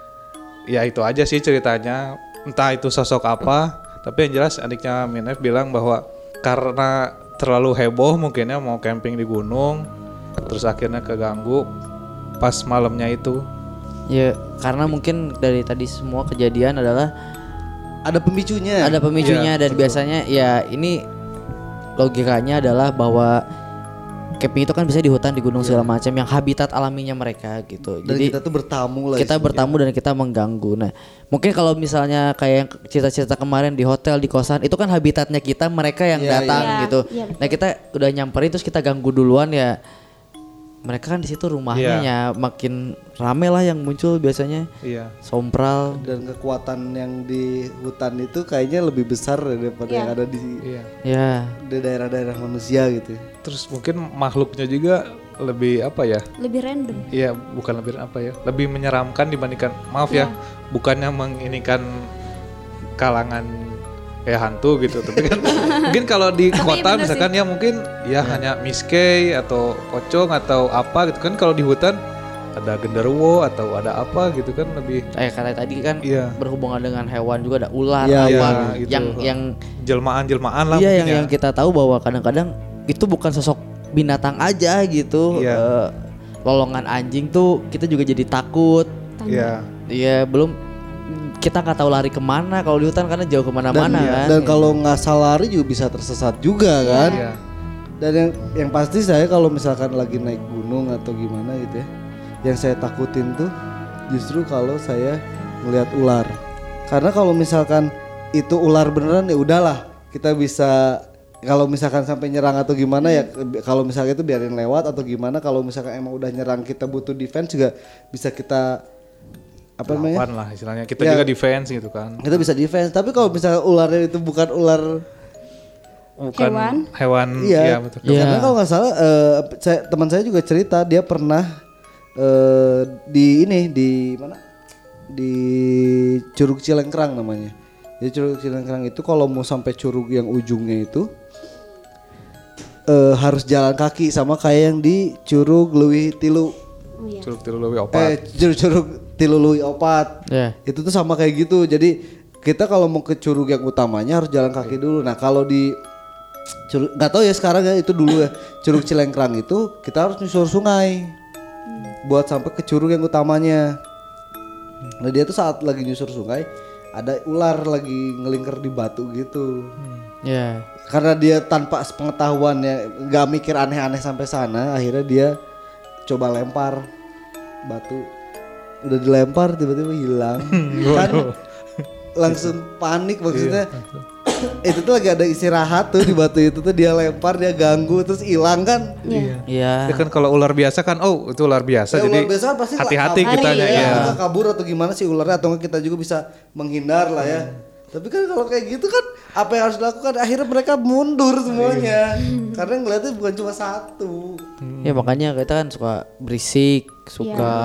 E: Ya itu aja sih ceritanya. Entah itu sosok apa, tapi yang jelas adiknya Minef bilang bahwa karena terlalu heboh mungkinnya mau camping di gunung terus akhirnya keganggu pas malamnya itu.
A: Ya karena mungkin dari tadi semua kejadian adalah
C: ada pemicunya.
A: Ada pemicunya ya, dan betul. Biasanya ya ini logikanya adalah bahwa camping itu kan bisa di hutan, di gunung ya. Segala macam yang habitat alaminya mereka gitu.
C: Dan
A: jadi
C: kita tuh bertamu lah.
A: Kita bertamu dan kita mengganggu. Nah, mungkin kalau misalnya kayak cerita-cerita kemarin di hotel, di kosan, itu kan habitatnya kita, mereka yang ya, datang ya. Gitu. Ya, nah, kita udah nyamperin terus kita ganggu duluan ya. Mereka kan di situ rumahnya yeah. ya makin rame lah yang muncul biasanya. Iya. Yeah. Sompral
C: dan kekuatan yang di hutan itu kayaknya lebih besar daripada yeah. yang ada di
A: yeah. yeah.
C: di daerah-daerah manusia gitu.
E: Terus mungkin makhluknya juga lebih apa ya?
D: Lebih random.
E: Iya, bukan lebih apa ya? Lebih menyeramkan dibandingkan maaf yeah. ya, bukannya menginikan kalangan kayak hantu gitu, tapi kan mungkin kalau di kota misalkan sih. Ya mungkin ya, ya. hanya miskei atau pocong atau apa gitu kan, kalau di hutan ada genderuwo atau ada apa gitu kan lebih
A: kayak kata tadi kan ya. Berhubungan dengan hewan juga ada ular
C: ya,
A: apa
C: ya,
A: gitu. yang yang
E: jelmaan-jelmaan lah
A: iya yang
E: ya.
A: yang kita tahu bahwa kadang-kadang itu bukan sosok binatang aja gitu ya. uh, lolongan anjing tuh kita juga jadi takut.
E: Iya.
A: Iya, belum kita nggak tahu lari kemana kalau di hutan karena jauh
C: Dan,
A: kemana-mana kan.
C: dan kalau nggak salah lari juga bisa tersesat juga kan.
E: Iya.
C: Dan yang yang pasti saya kalau misalkan lagi naik gunung atau gimana gitu ya, yang saya takutin tuh justru kalau saya ngelihat ular. Karena kalau misalkan itu ular beneran ya udahlah, kita bisa kalau misalkan sampai nyerang atau gimana ya, kalau misalnya itu biarin lewat atau gimana. Kalau misalkan emang udah nyerang kita butuh defense juga bisa kita apa namanya?
E: Lawan lah istilahnya. Kita
C: Ya.
E: juga defense gitu kan.
C: Kita bisa defense. Tapi kalau misalkan ularnya itu bukan ular
E: Bukan
D: Hewan.
E: hewan
C: iya,
E: iya betul.
A: Iya.
C: Karena kalau nggak salah eh, saya, teman saya juga cerita dia pernah eh, di ini di mana di Curug Cilengkrang namanya. Di Curug Cilengkrang itu kalau mau sampai curug yang ujungnya itu eh, harus jalan kaki sama kayak yang di Curug Leuwih Tilu.
D: Oh iya.
E: Curug Tilu Leuwih
C: Eh
E: Opat.
C: Curug Curug Tilu Leuwih Opat.
A: Ya.
C: Itu tuh sama kayak gitu. Jadi kita kalau mau ke curug yang utamanya harus jalan kaki dulu. Nah, kalau di curug nggak tahu ya sekarang ya, itu dulu ya. Curug Cilengkrang itu kita harus nyusur sungai. Buat sampai ke curug yang utamanya. Nah, dia tuh saat lagi nyusur sungai ada ular lagi ngelingker di batu gitu.
A: Ya.
C: Karena dia tanpa pengetahuannya nggak mikir aneh-aneh sampai sana, akhirnya dia coba lempar batu. Udah dilempar tiba-tiba hilang. Kan langsung panik maksudnya. Itu tuh lagi ada istirahat tuh di batu itu tuh, dia lempar, dia ganggu terus hilang kan.
D: Iya.
A: Iya.
E: Ya kan kalau ular biasa kan oh itu ular biasa
C: Ya,
E: jadi
C: ular biasa kan pasti
E: hati-hati
C: kabur,
E: kitanya
C: ya.
E: ya.
C: Atau kabur atau gimana sih ularnya, atau enggak kita juga bisa menghindar lah ya. Tapi kan kalau kayak gitu kan apa yang harus dilakukan, akhirnya mereka mundur semuanya. Karena ngeliatnya bukan cuma satu.
A: Ya makanya kita kan suka berisik, suka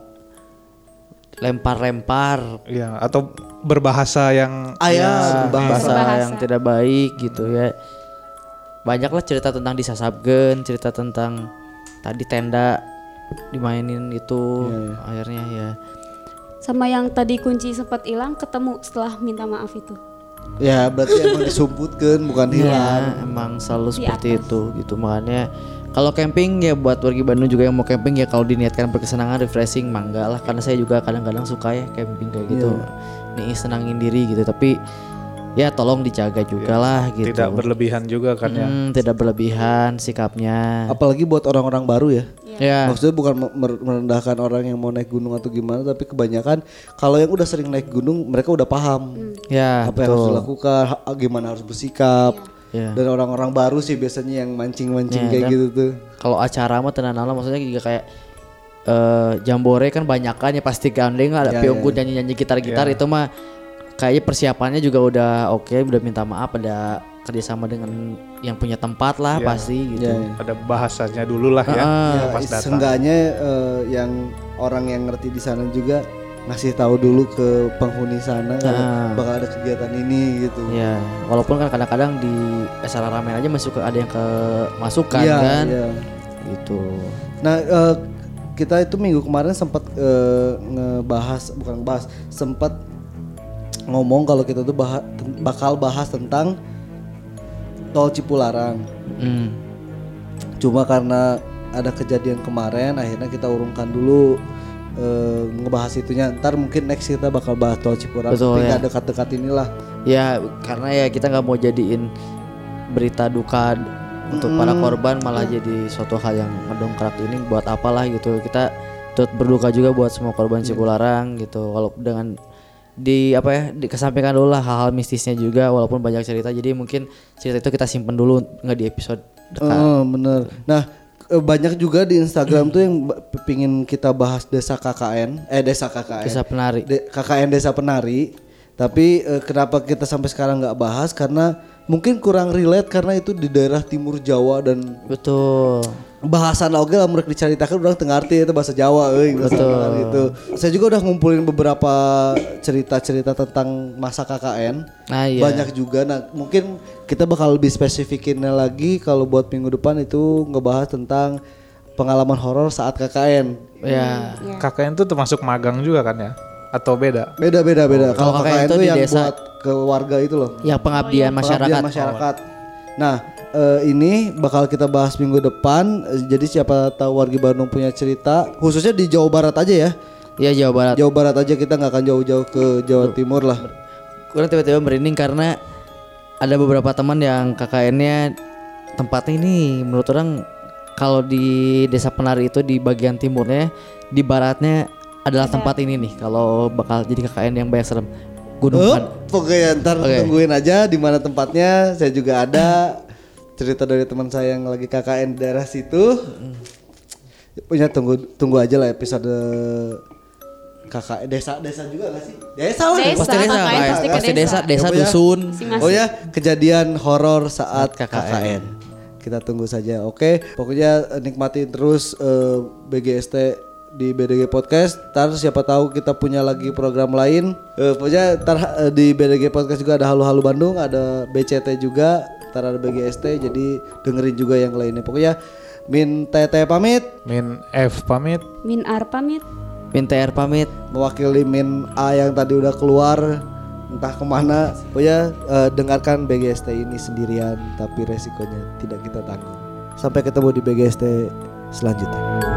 A: lempar-lempar,
E: Iya, atau berbahasa yang
C: Ah ya,
A: bahasa
C: berbahasa.
D: Berbahasa.
A: yang tidak baik gitu ya. Banyaklah cerita tentang disasapkeun, cerita tentang tadi tenda dimainin itu, akhirnya ya.
D: Sama yang tadi kunci sempat hilang ketemu setelah minta maaf itu.
C: Ya berarti emang disumputkan bukan hilang.
A: Ya, emang selalu
D: Di
A: seperti
D: atas.
A: itu gitu. Makanya kalau camping ya buat warga Bandung juga yang mau camping ya, kalau diniatkan berkesenangan, refreshing, mangga lah. Karena saya juga kadang-kadang suka ya camping kayak gitu. Nih senangin diri gitu. Tapi ya tolong dijaga juga lah gitu.
E: tidak berlebihan juga kan ya.
A: Hmm, tidak berlebihan sikapnya.
C: Apalagi buat orang-orang baru ya.
A: Ya.
C: Maksudnya bukan mer- merendahkan orang yang mau naik gunung atau gimana, tapi kebanyakan kalau yang udah sering naik gunung mereka udah paham
A: Ya,
C: apa yang harus
A: betul.
C: dilakukan, ha- gimana harus bersikap.
A: Ya.
C: Dan orang-orang baru sih biasanya yang mancing-mancing
A: Ya,
C: kayak
A: dan-
C: gitu tuh.
A: Kalau acara mah tenan Allah, maksudnya juga kayak eh jambore kan banyakan ya, pasti gandeng ada
C: Ya,
A: piungku
C: ya.
A: nyanyi-nyanyi gitar-gitar itu mah kayaknya persiapannya juga udah oke, udah minta maaf, ada kerjasama dengan yang punya tempat lah
E: Ya.
A: pasti gitu.
C: Ya, ya.
E: Ada bahasanya dulu lah ya.
A: Heeh.
C: Ya,
E: pas datang.
C: seenggaknya eh, yang orang yang ngerti di sana juga ngasih tahu dulu ke penghuni sana kalau
A: Nah.
C: bakal ada kegiatan ini gitu.
A: Ya, walaupun kan kadang-kadang di acara ramen aja masuk ada yang ke masukan
C: Iya,
A: kan.
C: iya.
A: Gitu.
C: Nah, eh, kita itu minggu kemarin sempat eh, ngebahas, bukan ngebahas, sempat ngomong kalau kita tuh bahas, bakal bahas tentang tol Cipularang.
A: Hmm.
C: Cuma karena ada kejadian kemarin, akhirnya kita urungkan dulu eh, ngebahas itunya. Ntar mungkin next kita bakal bahas tol Cipularang.
A: Betul,
C: Tapi
A: ya.
C: nggak dekat-dekat inilah.
A: Ya, karena ya kita nggak mau jadiin berita duka untuk para korban, malah jadi suatu hal yang ngedongkrak ini buat apalah gitu. Kita turut berduka juga buat semua korban Cipularang gitu. Walau dengan di apa ya dikesampingkan dulu lah hal-hal mistisnya juga, walaupun banyak cerita, jadi mungkin cerita itu kita simpen dulu nggak di episode dekat.
C: Oh, bener. Nah, eh, banyak juga di Instagram tuh yang ba- pingin kita bahas desa K K N, eh desa K K N.
A: Desa Penari.
C: De- K K N Desa Penari. Tapi eh, kenapa kita sampai sekarang nggak bahas? Karena mungkin kurang relate karena itu di daerah timur Jawa dan
A: Betul.
C: bahasan oke lah mereka diceritakan orang teu ngarti itu bahasa Jawa euy bahasa
A: Betul.
C: Jawa gitu. Saya juga udah ngumpulin beberapa cerita-cerita tentang masa K K N.
A: Nah, iya.
C: Banyak juga. Nah, mungkin kita bakal lebih spesifikinnya lagi kalau buat minggu depan itu ngebahas tentang pengalaman horor saat K K N.
A: Ya.
E: K K N tuh termasuk magang juga kan ya? Atau beda?
C: Beda beda beda.
A: kalau
C: Kalau
A: K K N
C: K K N
A: itu
C: itu
A: di
C: yang
A: desa.
C: buat ke warga itu loh.
A: Yang pengabdian masyarakat.
C: Pengabdian masyarakat. Nah, uh, ini bakal kita bahas minggu depan. Uh, jadi siapa tahu wargi Bandung punya cerita, khususnya di Jawa Barat aja ya.
A: Iya Jawa Barat.
C: Jawa Barat aja, kita nggak akan jauh-jauh ke Jawa Timur lah.
A: Kurang tiba-tiba merinding karena ada beberapa teman yang K K N-nya tempatnya ini menurut orang kalau di Desa Penari itu di bagian timurnya, di baratnya adalah tempat ini nih. Kalau bakal jadi K K N yang banyak serem. Gunung
C: Oh,
A: Pan-
C: pokoknya ntar
A: Oke.
C: tungguin aja di mana tempatnya. Saya juga ada cerita dari teman saya yang lagi K K N di daerah situ. Punya tunggu tunggu aja lah episode K K N desa desa juga gak sih? Desa lah.
D: Desa,
A: Pasti desa,
D: K K N
A: Pak.
D: pasti ke
A: Pasti desa,
D: desa.
A: desa
C: Ya, pokoknya-
A: dusun.
D: Masing-masing.
C: Oh ya, kejadian horor saat
A: Saat
C: K K N. Kita tunggu saja. Oke, pokoknya eh, nikmatin terus eh, B G S T di B D G Podcast. Ntar siapa tahu kita punya lagi program lain. Eh, pokoknya ntar eh, di B D G Podcast juga ada Halu Halu Bandung, ada B C T juga, ntar ada B G S T. Jadi dengerin juga yang lainnya. Pokoknya Min Tete pamit,
E: Min F pamit.
D: Min Ar pamit.
A: Min T R pamit.
C: mewakili Min A yang tadi udah keluar entah kemana. Pokoknya eh, dengarkan B G S T ini sendirian, tapi resikonya tidak kita tanggung. Sampai ketemu di B G S T selanjutnya.